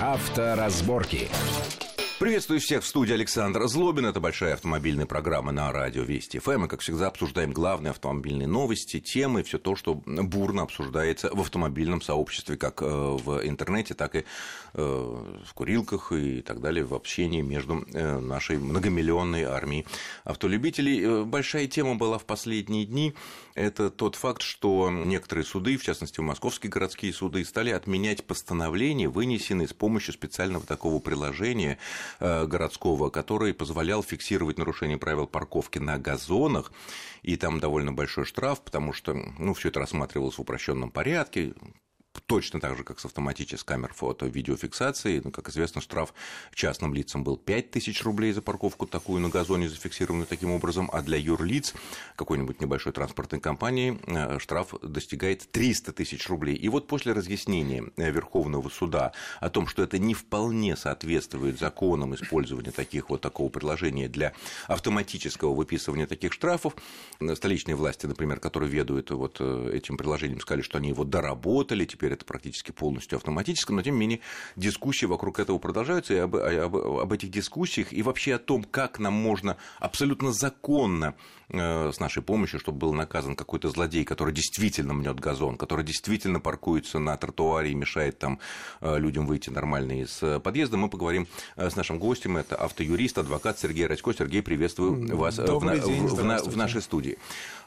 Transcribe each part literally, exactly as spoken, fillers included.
Авторазборки. Приветствую всех в студии Александр Злобин. Это большая автомобильная программа на радио Вести ФМ. Мы, как всегда, обсуждаем главные автомобильные новости, темы, все то, что бурно обсуждается в автомобильном сообществе, как в интернете, так и в курилках и так далее, в общении между нашей многомиллионной армией автолюбителей. Большая тема была в последние дни. Это тот факт, что некоторые суды, в частности, московские городские суды, стали отменять постановления, вынесенные с помощью специального такого приложения городского, который позволял фиксировать нарушение правил парковки на газонах, и там довольно большой штраф, потому что, ну, все это рассматривалось в упрощенном порядке, точно так же, как с автоматической камер фото-видеофиксации. Ну, как известно, штраф частным лицам был пять тысяч рублей за парковку такую на газоне, зафиксированную таким образом, а для юрлиц какой-нибудь небольшой транспортной компании штраф достигает триста тысяч рублей. И вот после разъяснения Верховного суда о том, что это не вполне соответствует законам использования таких вот такого приложения для автоматического выписывания таких штрафов, столичные власти, например, которые ведают вот этим приложением, сказали, что они его доработали, теперь это практически полностью автоматически, но тем не менее дискуссии вокруг этого продолжаются, и об, об, об этих дискуссиях, и вообще о том, как нам можно абсолютно законно э, с нашей помощью, чтобы был наказан какой-то злодей, который действительно мнет газон, который действительно паркуется на тротуаре и мешает там э, людям выйти нормально из подъезда, мы поговорим э, с нашим гостем, это автоюрист, адвокат Сергей Радько. Сергей, приветствую вас в, в, в, в нашей студии.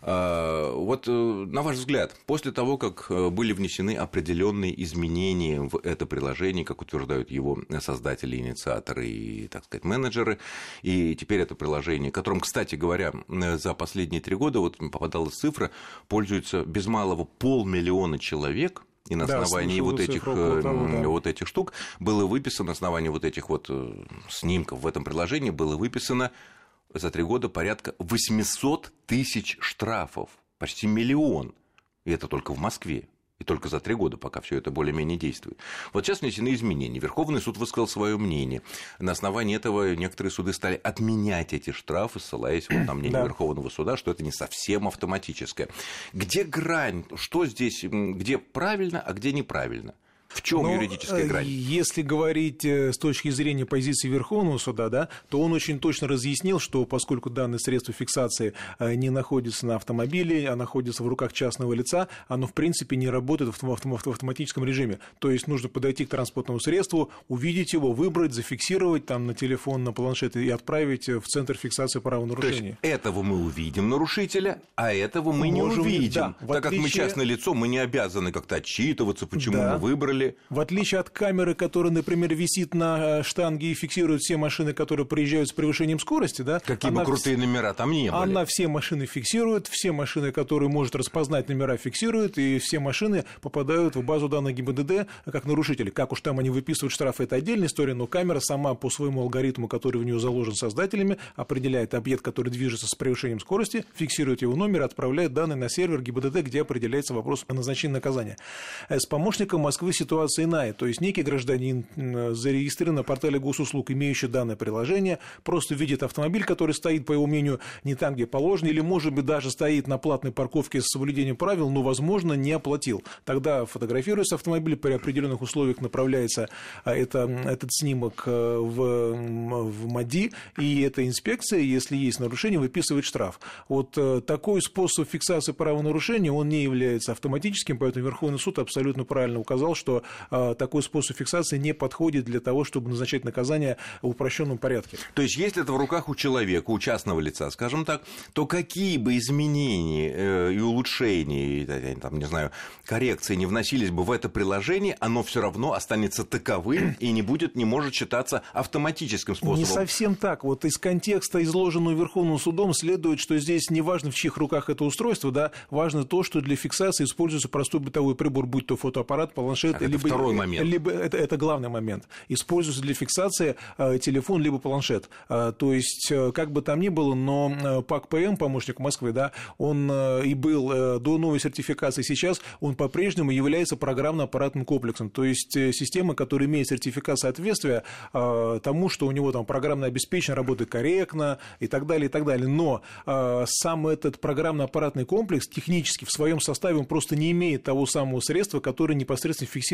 Э, вот э, на ваш взгляд, после того, как были внесены определенные изменения в это приложение, как утверждают его создатели, инициаторы и, так сказать, менеджеры. И теперь это приложение, которым, кстати говоря, за последние три года, вот попадалась цифра, пользуется без малого полмиллиона человек. И на основании да, вот, этих, того, да. вот этих штук было выписано, на основании вот этих вот снимков в этом приложении было выписано за три года порядка восемьсот тысяч штрафов, почти миллион. И это только в Москве. И только за три года, пока все это более-менее действует. Вот сейчас внесены изменения. Верховный суд высказал свое мнение. На основании этого некоторые суды стали отменять эти штрафы, ссылаясь вот на мнение да. Верховного суда, что это не совсем автоматическое. Где грань? Что здесь, где правильно, а где неправильно? В чем Но юридическая грань? Если говорить с точки зрения позиции Верховного суда, да, то он очень точно разъяснил, что поскольку данное средство фиксации не находится на автомобиле, а находится в руках частного лица, оно в принципе не работает в автоматическом режиме. То есть нужно подойти к транспортному средству, увидеть его, выбрать, зафиксировать там на телефон, на планшет и отправить в центр фиксации правонарушения. То есть этого мы увидим нарушителя, а этого мы Можем, не увидим. Да, так отличие... как мы частное лицо, мы не обязаны как-то отчитываться, почему да. мы выбрали. В отличие от камеры, которая, например, висит на штанге и фиксирует все машины, которые проезжают с превышением скорости, да, какие бы крутые вс... номера там не были. Она все машины фиксирует, все машины, которые может распознать номера, фиксирует, и все машины попадают в базу данных ГИБДД как нарушители. Как уж там они выписывают штрафы, это отдельная история, но камера сама по своему алгоритму, который в нее заложен создателями, определяет объект, который движется с превышением скорости, фиксирует его номер, отправляет данные на сервер ГИБДД, где определяется вопрос о назначении наказания. С помощником Москвы ситуация иная, то есть некий гражданин зарегистрирован на портале госуслуг, имеющий данное приложение, просто видит автомобиль, который стоит, по его мнению, не там, где положено, или, может быть, даже стоит на платной парковке с соблюдением правил, но, возможно, не оплатил. Тогда фотографируется автомобиль, при определенных условиях направляется это, этот снимок в, в МАДИ, и эта инспекция, если есть нарушение, выписывает штраф. Вот такой способ фиксации правонарушения, он не является автоматическим, поэтому Верховный суд абсолютно правильно указал, что такой способ фиксации не подходит для того, чтобы назначать наказание в упрощенном порядке. То есть, если это в руках у человека, у частного лица, скажем так, то какие бы изменения и улучшения, и, там, не знаю, коррекции не вносились бы в это приложение, оно все равно останется таковым и не будет, не может считаться автоматическим способом. Не совсем так. Вот из контекста, изложенного Верховным судом, следует, что здесь не важно, в чьих руках это устройство, да, важно то, что для фиксации используется простой бытовой прибор, будь то фотоаппарат, планшет, это либо, второй момент. Либо это, это главный момент. Используется для фиксации э, телефон либо планшет. Э, то есть, э, как бы там ни было, но э, ПАК-ПМ, помощник Москвы, да, он э, и был э, до новой сертификации, сейчас он по-прежнему является программно-аппаратным комплексом. То есть, э, система, которая имеет сертификат соответствия э, тому, что у него там программное обеспечение работает корректно и так далее, и так далее. Но э, сам этот программно-аппаратный комплекс технически в своем составе он просто не имеет того самого средства, которое непосредственно фиксирует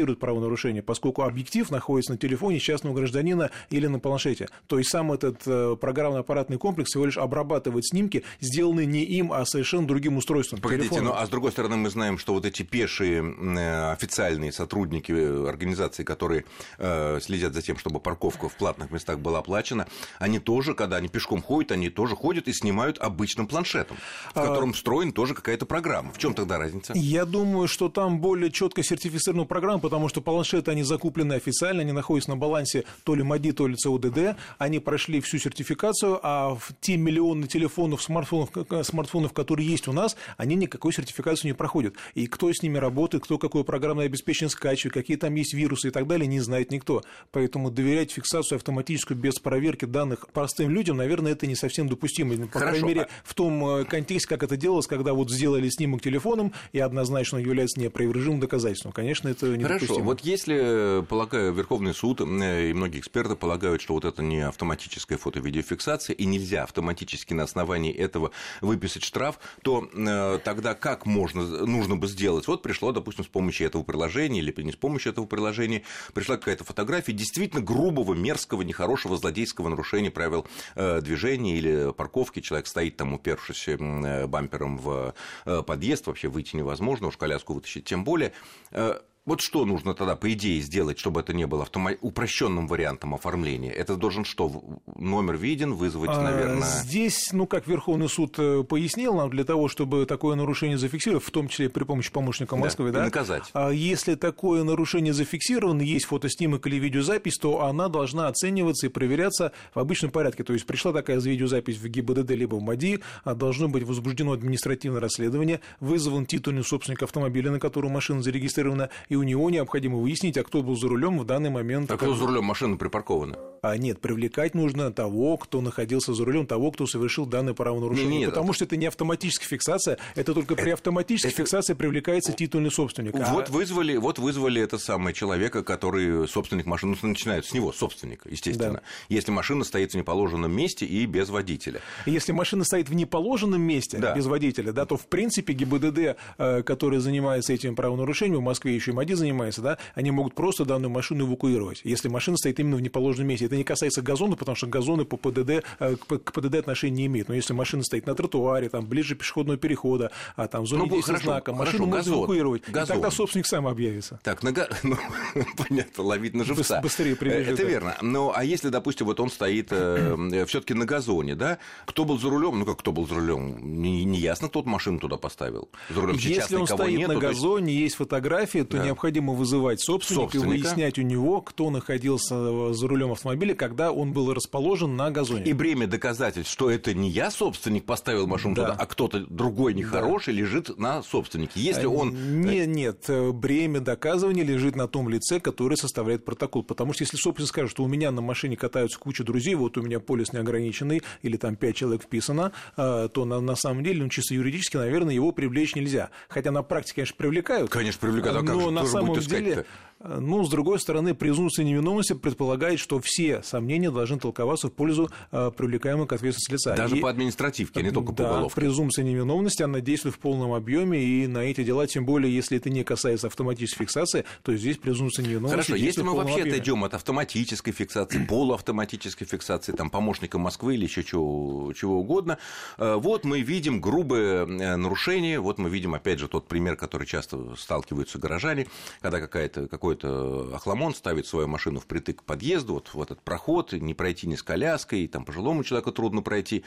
зафиксирует правонарушение, поскольку объектив находится на телефоне частного гражданина или на планшете. То есть сам этот программно-аппаратный комплекс всего лишь обрабатывает снимки, сделанные не им, а совершенно другим устройством. Погодите, телефона. Ну а с другой стороны мы знаем, что вот эти пешие официальные сотрудники организаций, которые э, следят за тем, чтобы парковка в платных местах была оплачена, они тоже, когда они пешком ходят, они тоже ходят и снимают обычным планшетом, в котором а... встроен тоже какая-то программа. В чем тогда разница? Я думаю, что там более четко сертифицирована программа, потому что планшеты, они закуплены официально, они находятся на балансе то ли МАДИ, то ли ЦОДД, они прошли всю сертификацию, а в те миллионы телефонов, смартфонов, смартфонов, которые есть у нас, они никакой сертификацию не проходят. И кто с ними работает, кто какое программное обеспечение скачивает, какие там есть вирусы и так далее, не знает никто. Поэтому доверять фиксацию автоматическую без проверки данных простым людям, наверное, это не совсем допустимо. По Хорошо. крайней мере, в том контексте, как это делалось, когда вот сделали снимок телефоном, и однозначно он является неопровержимым доказательством. Конечно, это недопустимо. Хорошо. Вот если, полагаю, Верховный суд и многие эксперты полагают, что вот это не автоматическая фото-видеофиксация, и нельзя автоматически на основании этого выписать штраф, то э, тогда как можно, нужно бы сделать? Вот пришло, допустим, с помощью этого приложения или не с помощью этого приложения, пришла какая-то фотография действительно грубого, мерзкого, нехорошего, злодейского нарушения правил э, движения или парковки. Человек стоит там, упершись э, бампером в э, подъезд, вообще выйти невозможно, уж коляску вытащить тем более. Э, Вот что нужно тогда, по идее, сделать, чтобы это не было автома... упрощенным вариантом оформления? Это должен что, номер виден, вызвать, наверное... А, здесь, ну, как Верховный суд пояснил нам, для того, чтобы такое нарушение зафиксировать, в том числе при помощи помощника Москвы, да, да, наказать. А если такое нарушение зафиксировано, есть фотоснимок или видеозапись, то она должна оцениваться и проверяться в обычном порядке. То есть пришла такая видеозапись в ГИБДД либо в МАДИ, должно быть возбуждено административное расследование, вызван титульный собственник автомобиля, на котором машина зарегистрирована, и у него необходимо выяснить, а кто был за рулем в данный момент. А кто за рулем? Машина припаркована. А нет, привлекать нужно того, кто находился за рулем, того, кто совершил данное правонарушение. Не, не, потому это... что это не автоматическая фиксация, это только при автоматической это... фиксации привлекается титульный собственник. Вот, а... вызвали, вот вызвали это самое человека, который собственник машины, ну, начинают с него, собственника, естественно. Да. Если машина стоит в неположенном месте и без водителя. Если машина стоит в неположенном месте, да. без водителя, да, то в принципе ГИБДД, который занимается этим правонарушением, в Москве еще и МАДИ занимается, да, они могут просто данную машину эвакуировать, если машина стоит именно в неположенном месте. Это не касается газона, потому что газоны по ПДД, к ПДД отношения не имеют. Но если машина стоит на тротуаре, там, ближе пешеходного перехода, а там в зоне ну, действия знака, машину можно газон, эвакуировать. Газон. И тогда собственник сам объявится. Так, на га... ну, понятно, ловить на живца. Быстрее прибежит. Это верно. Ну, а если, допустим, вот он стоит э, все-таки на газоне, да, кто был за рулем? Ну, как кто был за рулем? Не, не ясно, кто машину туда поставил. За рулем сейчас если он никого стоит нету, на газоне, есть... есть фотографии, то да. необходимо вызывать собственника, собственника и выяснять у него, кто находился за рулем автомобиля, когда он был расположен на газоне. И бремя доказательств, что это не я, собственник, поставил машину да. туда, а кто-то другой нехороший да. лежит на собственнике. Если он... Не, нет, бремя доказывания лежит на том лице, который составляет протокол. Потому что если собственник скажет, что у меня на машине катаются куча друзей, вот у меня полис неограниченный, или там пять человек вписано, то на, на самом деле, ну, чисто юридически, наверное, его привлечь нельзя. Хотя на практике, конечно, привлекают. Конечно, привлекают, а как но же, на самом деле... Ну, с другой стороны, презумпция невиновности предполагает, что все сомнения должны толковаться в пользу э, привлекаемого к ответственности лица. Даже и, по административке, а не только да, по уголовке. Презумпция невиновности, она действует в полном объеме, и на эти дела, тем более, если это не касается автоматической фиксации, то здесь презумпция невиновности. Хорошо, если мы вообще объеме. отойдем от автоматической фиксации, полуавтоматической фиксации, там, помощника Москвы или еще чего, чего угодно, э, вот мы видим грубое нарушение, вот мы видим, опять же, тот пример, который часто сталкиваются горожане, когда какая-то, какой-то охламон ставит свою машину впритык к подъезду, вот в этот проход, не пройти ни с коляской, там пожилому человеку трудно пройти.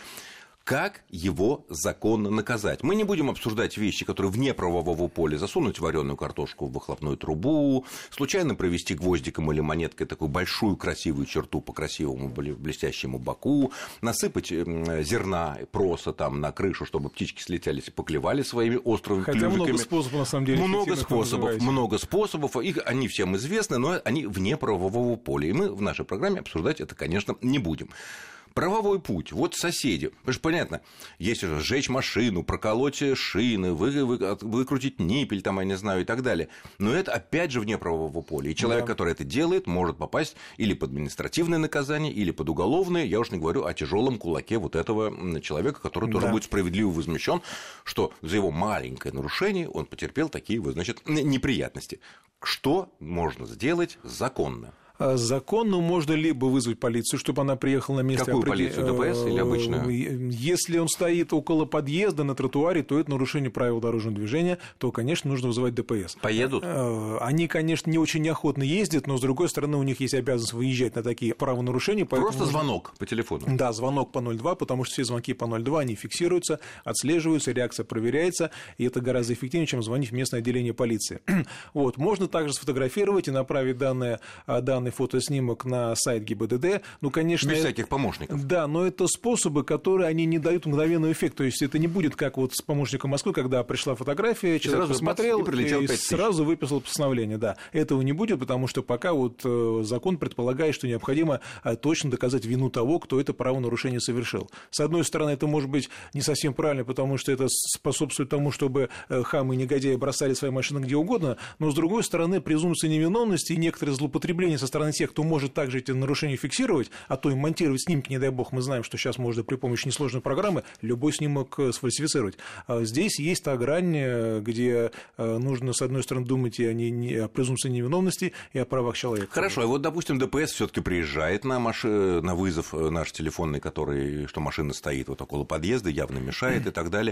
Как его законно наказать? Мы не будем обсуждать вещи, которые вне правового поля. Засунуть вареную картошку в выхлопную трубу, случайно провести гвоздиком или монеткой такую большую красивую черту по красивому блестящему боку, насыпать зерна, проса там на крышу, чтобы птички слетелись и поклевали своими острыми Хотя клювиками. много способов, на самом деле. Много способов, много способов. Их, они всем известны, но они вне правового поля. И мы в нашей программе обсуждать это, конечно, не будем. Правовой путь. Вот соседи. Потому что, понятно, если же сжечь машину, проколоть шины, вы, вы, выкрутить ниппель, там, я не знаю, и так далее. Но это, опять же, вне правового поля. И человек, да. который это делает, может попасть или под административное наказание, или под уголовное. Я уж не говорю о тяжелом кулаке вот этого человека, который тоже да. будет справедливо возмещен, что за его маленькое нарушение он потерпел такие, значит, неприятности. Что можно сделать законно? Законно можно либо вызвать полицию, чтобы она приехала на место. Какую полицию, ДПС или обычную? Если он стоит около подъезда на тротуаре, то это нарушение правил дорожного движения, то, конечно, нужно вызывать ДПС. Поедут? Они, конечно, не очень неохотно ездят, но, с другой стороны, у них есть обязанность выезжать на такие правонарушения. Просто нужно... звонок по телефону? Да, звонок по ноль два, потому что все звонки по ноль два, они фиксируются, отслеживаются, реакция проверяется, и это гораздо эффективнее, чем звонить в местное отделение полиции. Вот. Можно также сфотографировать и направить данные, данные фотоснимок на сайт ГИБДД. Ну, конечно, без всяких помощников. Да, но это способы, которые они не дают мгновенного эффекта. То есть это не будет как вот с помощником Москвы, когда пришла фотография, и человек посмотрел и, и, и сразу выписал постановление. Да, этого не будет, потому что пока вот закон предполагает, что необходимо точно доказать вину того, кто это правонарушение совершил. С одной стороны, это может быть не совсем правильно, потому что это способствует тому, чтобы хамы и негодяи бросали свои машины где угодно, но с другой стороны, презумпция невиновности и некоторые злоупотребления со стороны тех, кто может также эти нарушения фиксировать, а то и монтировать снимки, не дай бог, мы знаем, что сейчас можно при помощи несложной программы любой снимок сфальсифицировать. Здесь есть та грань, где нужно, с одной стороны, думать и о, не, о презумпции невиновности, и о правах человека. Хорошо, а вот, допустим, ДПС все-таки приезжает на, маш... на вызов наш телефонный, который, что машина стоит вот около подъезда, явно мешает и так далее,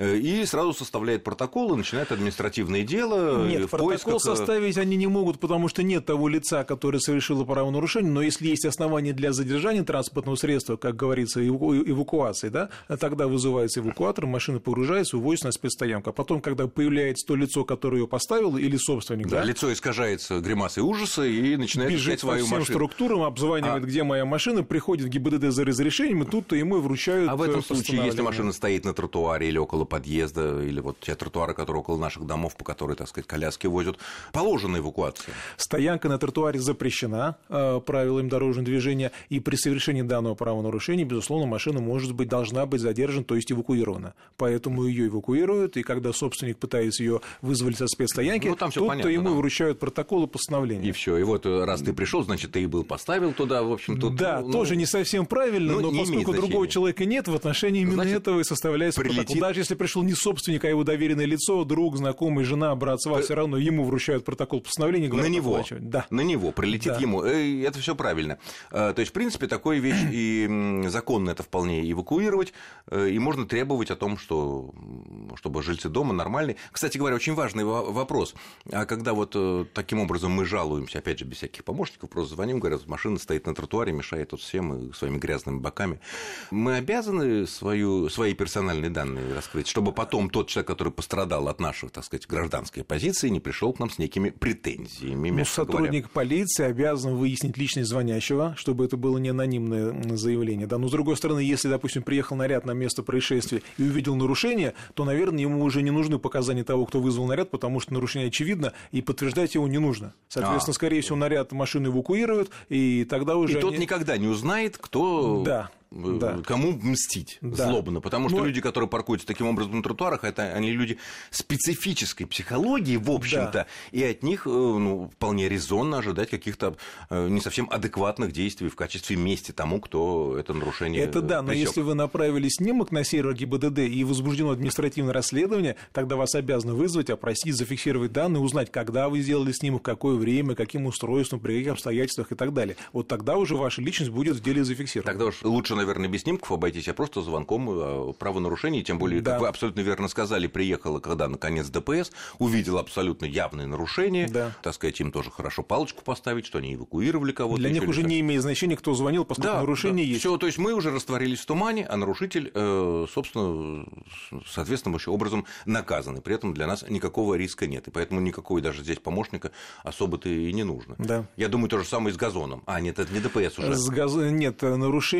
и сразу составляет протокол и начинает административное дело. Нет, в протокол поисках... составить они не могут, потому что нет того лица, который совершило правонарушение, но если есть основания для задержания транспортного средства, как говорится, эвакуации, да, тогда вызывается эвакуатор, машина погружается, увозится на спецстоянку. А потом, когда появляется то лицо, которое ее поставило, или собственник, да, да, лицо искажается гримасой ужаса и начинает искать свою машину. Бежит по всем структурам, обзванивает, а... где моя машина, приходит в ГИБДД за разрешением, и тут-то ему и вручают. А в этом случае, если машина стоит на тротуаре или около подъезда, или вот те тротуары, которые около наших домов, по которым, так сказать, коляски возят, положена эвакуация? Стоянка на тротуаре запрещена правилами дорожного движения, и при совершении данного правонарушения, безусловно, машина может быть, должна быть задержана, то есть эвакуирована. Поэтому ее эвакуируют, и когда собственник пытается ее вызвать со спецстоянки, ну, тут-то ему да. вручают протокол и постановление. И все. И вот раз ты пришел, значит, ты и был поставил туда, в общем, тут. Да, ну, тоже не совсем правильно, ну, но поскольку другого человека нет, в отношении именно значит, этого и составляется прилетит... протокол. Даже если пришел не собственник, а его доверенное лицо, друг, знакомый, жена, брат, сват, все равно ему вручают протокол постановления. На него. Да. На него прилетит да. ему. Это все правильно. То есть, в принципе, такой вещь и законно это вполне эвакуировать, и можно требовать о том, что, чтобы жильцы дома нормальные. Кстати говоря, очень важный вопрос. А когда вот таким образом мы жалуемся, опять же, без всяких помощников, просто звоним, говорят, машина стоит на тротуаре, мешает тут всем своими грязными боками, мы обязаны свою, свои персональные данные раскрыть, чтобы потом тот человек, который пострадал от наших, так сказать, гражданской позиции, не пришел к нам с некими претензиями. Ну, сотрудник говоря. полиции обязан выяснить личность звонящего, чтобы это было не анонимное заявление. Да? Но, с другой стороны, если, допустим, приехал наряд на место происшествия и увидел нарушение, то, наверное, ему уже не нужны показания того, кто вызвал наряд, потому что нарушение очевидно, и подтверждать его не нужно. Соответственно, а. скорее всего, наряд машину эвакуируют, и тогда уже... И они... тот никогда не узнает, кто... Да. Да. Кому мстить да. злобно, потому что Но... люди, которые паркуются таким образом на тротуарах, это они люди специфической психологии, в общем-то, да. и от них ну, вполне резонно ожидать каких-то не совсем адекватных действий в качестве мести тому, кто это нарушение Это да, но пресёк. Если вы направили снимок на сервер ГИБДД и возбуждено административное расследование, тогда вас обязаны вызвать, опросить, зафиксировать данные, узнать, когда вы сделали снимок, в какое время, каким устройством, при каких обстоятельствах и так далее. Вот тогда уже ваша личность будет в деле зафиксирована. Тогда уж лучше, наверное, без снимков обойтись, а просто звонком о правонарушении, тем более, да. как вы абсолютно верно сказали, приехала, когда, наконец, ДПС, увидела абсолютно явные нарушения, да. так сказать, им тоже хорошо палочку поставить, что они эвакуировали кого-то. Для них уже не имеет значения, кто звонил, поскольку да, нарушение да. есть. Всё, то есть мы уже растворились в тумане, а нарушитель, собственно, соответственным образом наказан, и при этом для нас никакого риска нет, и поэтому никакого даже здесь помощника особо-то и не нужно. Да. Я думаю, то же самое и с газоном. А, нет, это не ДПС уже. С газ... Нет, нарушение по статье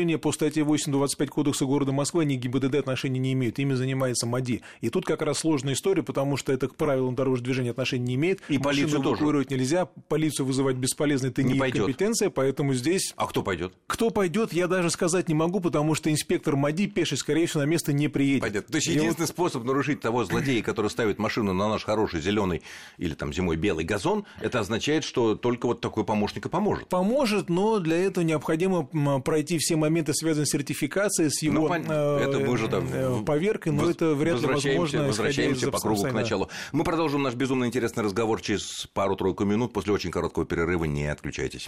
статье восемь двадцать пять Кодекса города Москвы, они к ГИБДД отношения не имеют, ими занимается МАДИ. И тут как раз сложная история, потому что это к правилам дорожного движения отношения не имеет. И полицию тоже. Эвакуировать нельзя, полицию вызывать бесполезно, это не, не их компетенция, поэтому здесь... А кто пойдет? Кто пойдет, я даже сказать не могу, потому что инспектор МАДИ пеший, скорее всего, на место не приедет. Пойдет. То есть единственный вот... способ нарушить того злодея, который ставит машину на наш хороший зеленый или там зимой белый газон, это означает, что только вот такой помощник и поможет. Поможет, но для этого необходимо пройти все моменты, связанные с сертификацией, с его ну, это мы же, да, поверкой, но это вряд ли возможно. Возвращаемся по кругу к началу. Мы продолжим наш безумно интересный разговор через пару-тройку минут после очень короткого перерыва. Не отключайтесь.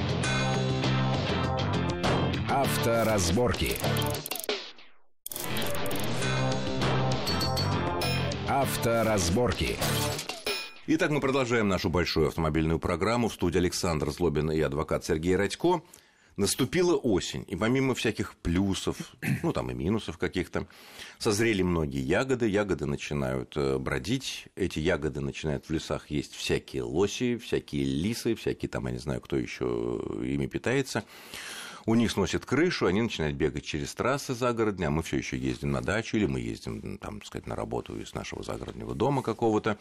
Авторазборки. Авторазборки. Итак, мы продолжаем нашу большую автомобильную программу. В студии Александр Злобин и адвокат Сергей Радько. Наступила осень, и помимо всяких плюсов, ну там и минусов каких-то, созрели многие ягоды, ягоды начинают бродить, эти ягоды начинают в лесах есть всякие лоси, всякие лисы, всякие там, я не знаю, кто еще ими питается. У них сносит крышу, они начинают бегать через трассы загородные, а мы все еще ездим на дачу, или мы ездим, там, так сказать, на работу из нашего загородного дома какого-то.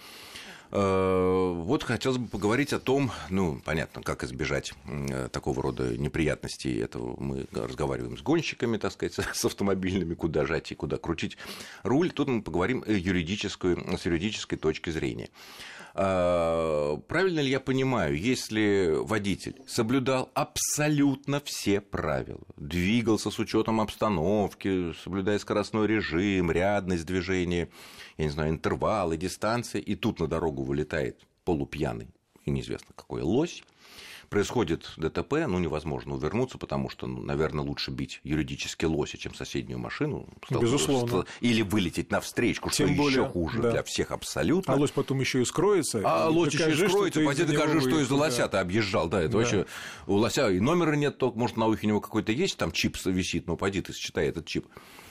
Вот хотелось бы поговорить о том, ну, понятно, как избежать такого рода неприятностей. Это мы разговариваем с гонщиками, так сказать, с автомобильными, куда жать и куда крутить руль. Тут мы поговорим юридическую, с юридической точки зрения. Правильно ли я понимаю, если водитель соблюдал абсолютно все правила, двигался с учетом обстановки, соблюдая скоростной режим, рядность движения, я не знаю, интервалы, дистанции, и тут на дорогу вылетает полупьяный и неизвестно какой лось, происходит ДТП, ну, невозможно увернуться, потому что, ну, наверное, лучше бить юридически лося, чем соседнюю машину. Безусловно. Или вылететь навстречку, что еще хуже да. для всех абсолютно. А лось потом еще и скроется. А и лось еще и скроется, пойди докажи, что из-за лося ты объезжал. Да, это да. вообще у лося и номера нет, только, может, на ухе у него какой-то есть, там чип висит, но пойди ты считай этот чип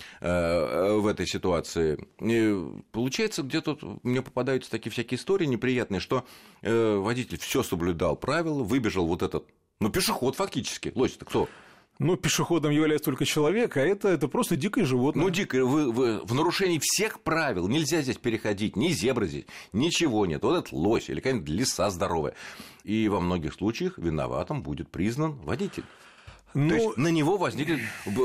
в этой ситуации. И получается, где-то мне попадаются такие всякие истории неприятные, что водитель все соблюдал правила, выбежал вот этот, ну, пешеход фактически, лось-то кто? Ну, пешеходом является только человек, а это, это просто дикое животное. Ну, дикое, вы, вы, в нарушении всех правил, нельзя здесь переходить, ни зебры здесь, ничего нет. Вот этот лось или какая-нибудь лиса здоровая. И во многих случаях виноватым будет признан водитель. Ну, то есть на него возникли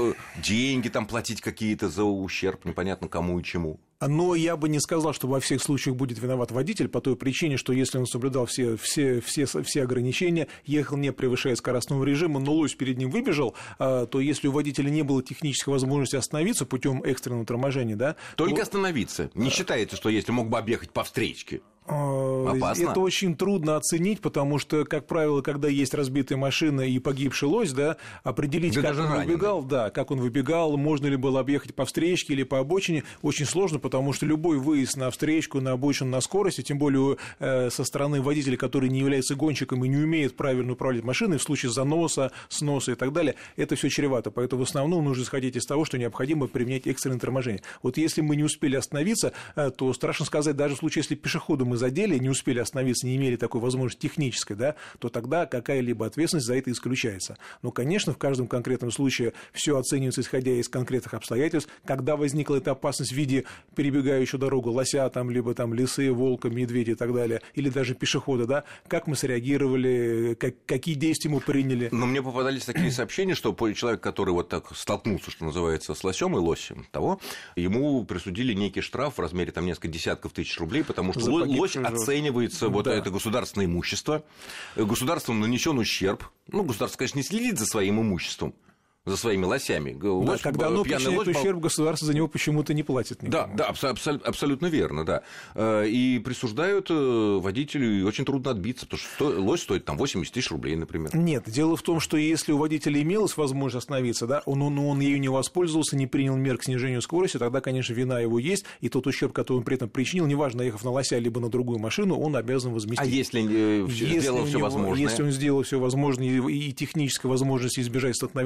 деньги там платить какие-то за ущерб, непонятно кому и чему. Но я бы не сказал, что во всех случаях будет виноват водитель, по той причине, что если он соблюдал все, все, все, все ограничения, ехал не превышая скоростного режима, но лось перед ним выбежал, то если у водителя не было технической возможности остановиться путем экстренного торможения, да, только то... остановиться. Не считается, что если мог бы объехать по встречке. Опасно. Это очень трудно оценить, потому что, как правило, когда есть разбитая машина и погибший лось, да, определить, да, как он раненый. выбегал, да, как он выбегал, можно ли было объехать по встречке или по обочине, очень сложно, потому что любой выезд на встречку, на обочину, на скорости, тем более э, со стороны водителя, который не является гонщиком и не умеет правильно управлять машиной, в случае заноса, сноса и так далее, это все чревато. Поэтому в основном нужно исходить из того, что необходимо применять экстренное торможение. Вот если мы не успели остановиться, э, то страшно сказать, даже в случае, если пешеходу мы задели, не успели остановиться, не имели такой возможности технической, да, то тогда какая-либо ответственность за это исключается. Но, конечно, в каждом конкретном случае все оценивается, исходя из конкретных обстоятельств, когда возникла эта опасность в виде перебегающего дорогу лося, там, либо там, лисы, волка, медведя и так далее, или даже пешехода, да, как мы среагировали, как, какие действия мы приняли. Но мне попадались такие сообщения, что человек, который вот так столкнулся, что называется, с лосем и лосем, того, ему присудили некий штраф в размере там несколько десятков тысяч рублей, потому что лось оценивается, вот да. это государственное имущество, государством нанесен ущерб. Ну, государство, конечно, не следит за своим имуществом, за своими лосями. Да, лось, когда оно причиняет ущерб, государство за него почему-то не платит никому. Да, да, абсо- абсолютно верно, да. И присуждают водителю, и очень трудно отбиться, потому что лось стоит там восемьдесят тысяч рублей, например. Нет, дело в том, что если у водителя имелась возможность остановиться, да, он, он, он ею не воспользовался, не принял мер к снижению скорости, тогда, конечно, вина его есть, и тот ущерб, который он при этом причинил, неважно, ехав на лося либо на другую машину, он обязан возместить. А если, если сделал все возможное? Если он сделал все возможное, и технической возможности избежать столкновения не было,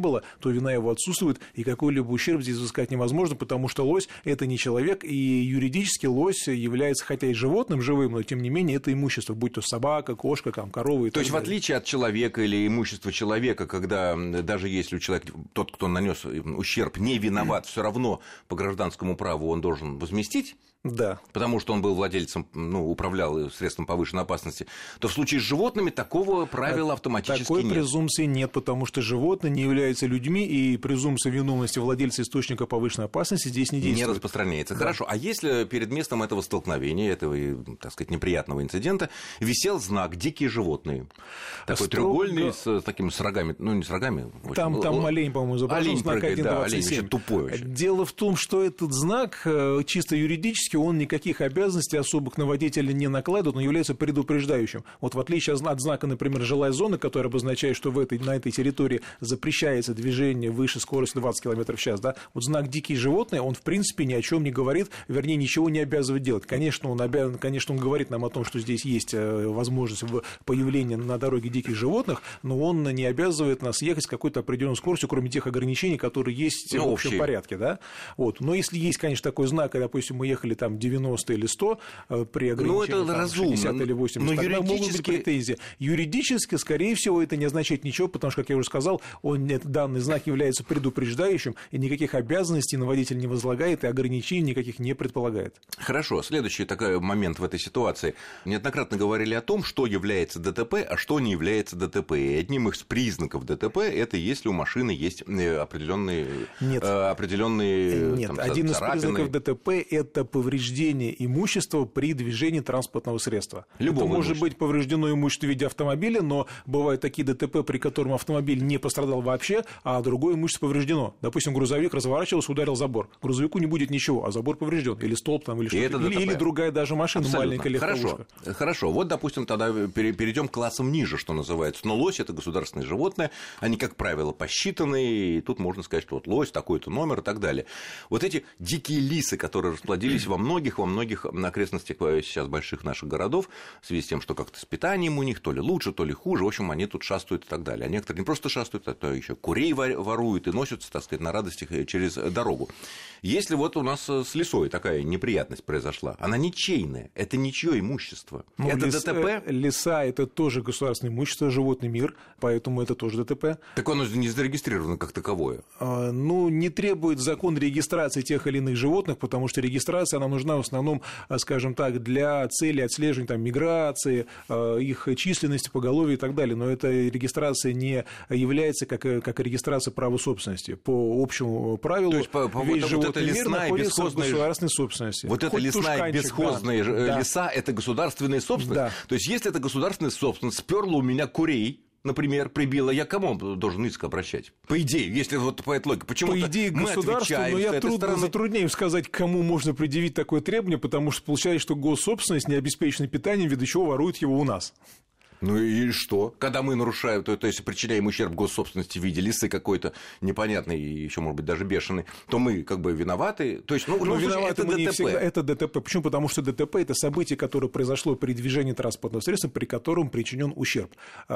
было, то вина его отсутствует, и какой-либо ущерб здесь взыскать невозможно, потому что лось – это не человек, и юридически лось является, хотя и животным живым, но тем не менее это имущество, будь то собака, кошка, там, корова и то так есть, далее. в отличие от человека или имущества человека, когда даже если у человека, тот, кто нанес ущерб, не виноват, все равно по гражданскому праву он должен возместить, да. потому что он был владельцем, ну, управлял средством повышенной опасности, то в случае с животными такого правила автоматически Такой нет. презумпции нет, потому что животные не являются людьми, и презумпция виновности владельца источника повышенной опасности здесь не действует. Не распространяется. Да. Хорошо. А если перед местом этого столкновения, этого, так сказать, неприятного инцидента, висел знак «Дикие животные», такой Строго... треугольный с такими с рогами, ну, не с рогами. Там, общем, там л... олень, по-моему, изображен, олень знак прыгает, один да, двадцать семь. олень очень тупой вообще. Дело в том, что этот знак чисто юридически, он никаких обязанностей особых на водителя не накладывает, он является предупреждающим. Вот в отличие от знака, например, жилая зона, который обозначает, что в этой, на этой территории запрещается движение выше скорости двадцать километров в час, да, вот знак «дикие животные», он в принципе ни о чем не говорит, вернее, ничего не обязывает делать. Конечно, он, обязан, конечно, он говорит нам о том, что здесь есть возможность появления на дороге диких животных, но он не обязывает нас ехать с какой-то определенной скоростью, кроме тех ограничений, которые есть ну, в общем общий. порядке. Да? Вот. Но если есть, конечно, такой знак, и, допустим, мы ехали там девяносто или сто при ограничении ну, это там, шестьдесят или восемьдесят, но тогда юридически... могут быть претензии. Юридически, скорее всего, это не означает ничего, потому что, как я уже сказал, он, данный знак является предупреждающим, и никаких обязанностей на водителя не возлагает, и ограничений никаких не предполагает. Хорошо. Следующий такой момент в этой ситуации. Неоднократно говорили о том, что является ДТП, а что не является ДТП. И одним из признаков ДТП – это если у машины есть определенные, Нет. определенные Нет. Там, Один царапины. из признаков ДТП – это повреждение имущества при движении транспортного средства. Любого это может имущества. быть повреждено имущество в виде автомобиля, но бывают такие ДТП, при котором автомобиль не пострадал вообще, а другое имущество повреждено. Допустим, грузовик разворачивался, ударил забор. Грузовику не будет ничего, а забор поврежден. Или столб там, или что-то. Или, или другая даже машина, абсолютно. Маленькая легковушка. Хорошо. Хорошо. Вот, допустим, тогда перейдем к классам ниже, что называется. Но лось – это государственное животное, они, как правило, посчитаны, и тут можно сказать, что вот лось, такой-то номер и так далее. Вот эти дикие лисы, которые расплодились во многих, во многих окрестностях сейчас больших наших городов, в связи с тем, что как-то с питанием у них то ли лучше, то ли хуже, в общем, они тут шастают и так далее. А некоторые не просто шастают, а то еще курей воруют и носятся, так сказать, на радостях через дорогу. Если вот у нас с лисой такая неприятность произошла, она ничейная, это ничье имущество. Ну, это лес, ДТП? Лиса – это тоже государственное имущество, животный мир, поэтому это тоже ДТП. Так оно не зарегистрировано как таковое. А, ну, не требует закон регистрации тех или иных животных, потому что регистрация, она нужна в основном, скажем так, для цели отслеживания там, миграции, их численности, поголовья и так далее. Но эта регистрация не является как, как регистрация права собственности. По общему правилу, то есть, по, по, весь вот, животный вот это мир лесная, находится бесхозная... в государственной собственности. Вот это лесная бесхозная да. леса – это государственная собственность? Да. То есть, если это государственная собственность, сперла у меня курей, например, прибило, я кому должен иск обращать? По идее, если вот по этой логике. Почему-то по идее, мы государству, но я трудно, стороны... затрудняюсь сказать, кому можно предъявить такое требование, потому что получается, что госсобственность, не обеспеченная питанием, ввиду чего воруют его у нас. Ну и что? Когда мы нарушаем, то, то есть причиняем ущерб госсобственности в виде лисы какой-то непонятной, еще, может быть, даже бешеной, то мы как бы виноваты. То есть, ну, ну, ну виноваты это мы не ДТП. всегда. Это ДТП. Почему? Потому что ДТП – это событие, которое произошло при движении транспортного средства, при котором причинен ущерб.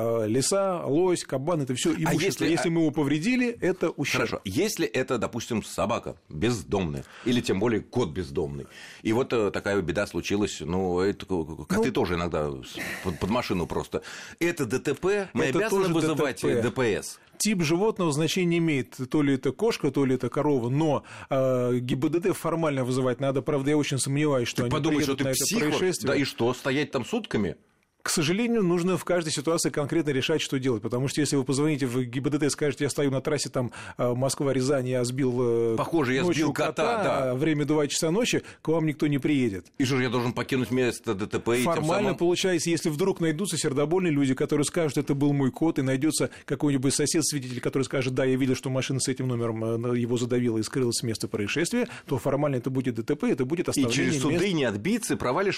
Лиса, лось, кабан – это все имущество. А если... если мы его повредили, это ущерб. Хорошо. Если это, допустим, собака бездомная, или тем более кот бездомный, и вот такая беда случилась, ну, это, коты ну... тоже иногда под, под машину просто. Это ДТП, мы это обязаны вызывать ДТП. ДПС. Тип животного значения не имеет, то ли это кошка, то ли это корова, но э, ГИБДД формально вызывать надо, правда, я очень сомневаюсь, что ты они подумаешь, приедут что ты на это псих, происшествие. Да и что, стоять там сутками? К сожалению, нужно в каждой ситуации конкретно решать, что делать, потому что если вы позвоните в ГИБДД и скажете, я стою на трассе там Москва-Рязань, я сбил, Похоже, я сбил кота, кота да. время два часа ночи, к вам никто не приедет. И что же, я должен покинуть место ДТП? И формально тем самым... получается, если вдруг найдутся сердобольные люди, которые скажут, это был мой кот, и найдется какой-нибудь сосед-свидетель, который скажет, да, я видел, что машина с этим номером его задавила и скрылась с места происшествия, то формально это будет ДТП, это будет оставление И через суды мест... не отбиться, права лишат?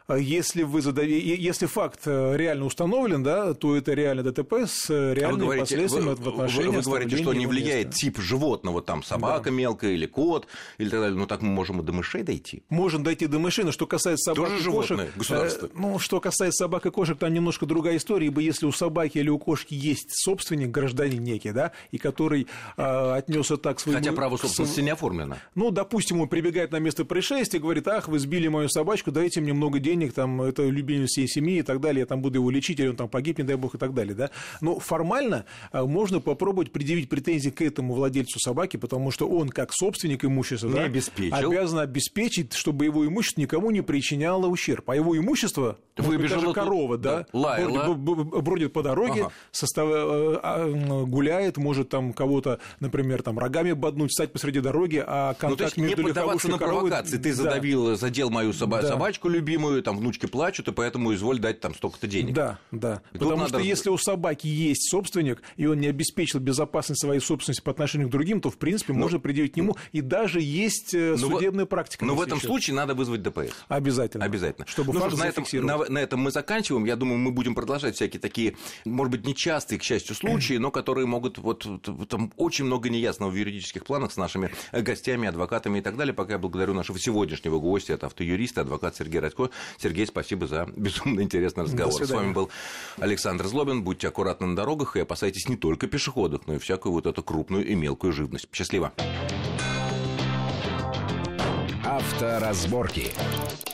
Если, вы задави... Если факт реально установлен, да, то это реально ДТП с реальными а говорите, последствиями вы, в отношении Вы, вы говорите, что не влияет места. тип животного, там собака да. мелкая или кот, или так далее. Ну так мы можем и до мышей дойти. Можем дойти до мышей, но что касается собак Тоже и кошек... государство. Э, ну, что касается собак и кошек, там немножко другая история, ибо если у собаки или у кошки есть собственник, гражданин некий, да, и который э, отнес это так своему... Хотя право собственности к... не оформлено. Ну, допустим, он прибегает на место происшествия и говорит: ах, вы сбили мою собачку, дайте мне много денег, там, это любимец всей семьи и так далее, я там буду его лечить, или он там погиб, не дай бог, и так далее, да. Но формально можно попробовать предъявить претензии к этому владельцу собаки, потому что он, как собственник имущества, не да, обеспечил. обязан обеспечить, чтобы его имущество никому не причиняло ущерб. А его имущество, выбежала даже корова, да, да бродит, бродит по дороге, ага. состав... гуляет, может там кого-то, например, там рогами боднуть, встать посреди дороги, а контакт ну, между не поддаваться на коровой... провокации. Ты задавил, да. задел мою соба... да. собачку любимую, там внучки плачут, и поэтому изволь дать там столько-то денег. Да, да. И потому что надо... если у собаки есть собственник, и он не обеспечил безопасность своей собственности по отношению к другим, то, в принципе, но... можно предъявить к нему, и даже есть но судебная в... практика. Но в этом случае надо вызвать ДПС. Обязательно. Обязательно. Чтобы ну, факт на этом, на, на этом мы заканчиваем. Я думаю, мы будем продолжать всякие такие, может быть, нечастые, к счастью, случаи, но которые могут... Вот там очень много неясного в юридических планах с нашими гостями, адвокатами и так далее. Пока я благодарю нашего сегодняшнего гостя, это автоюрист, адвокат Сергей Радько. Сергей, спасибо за безумно интересный разговор. С вами был Александр Злобин. Будьте аккуратны на дорогах и опасайтесь не только пешеходов, но и всякую вот эту крупную и мелкую живность. Счастливо. Авторазборки.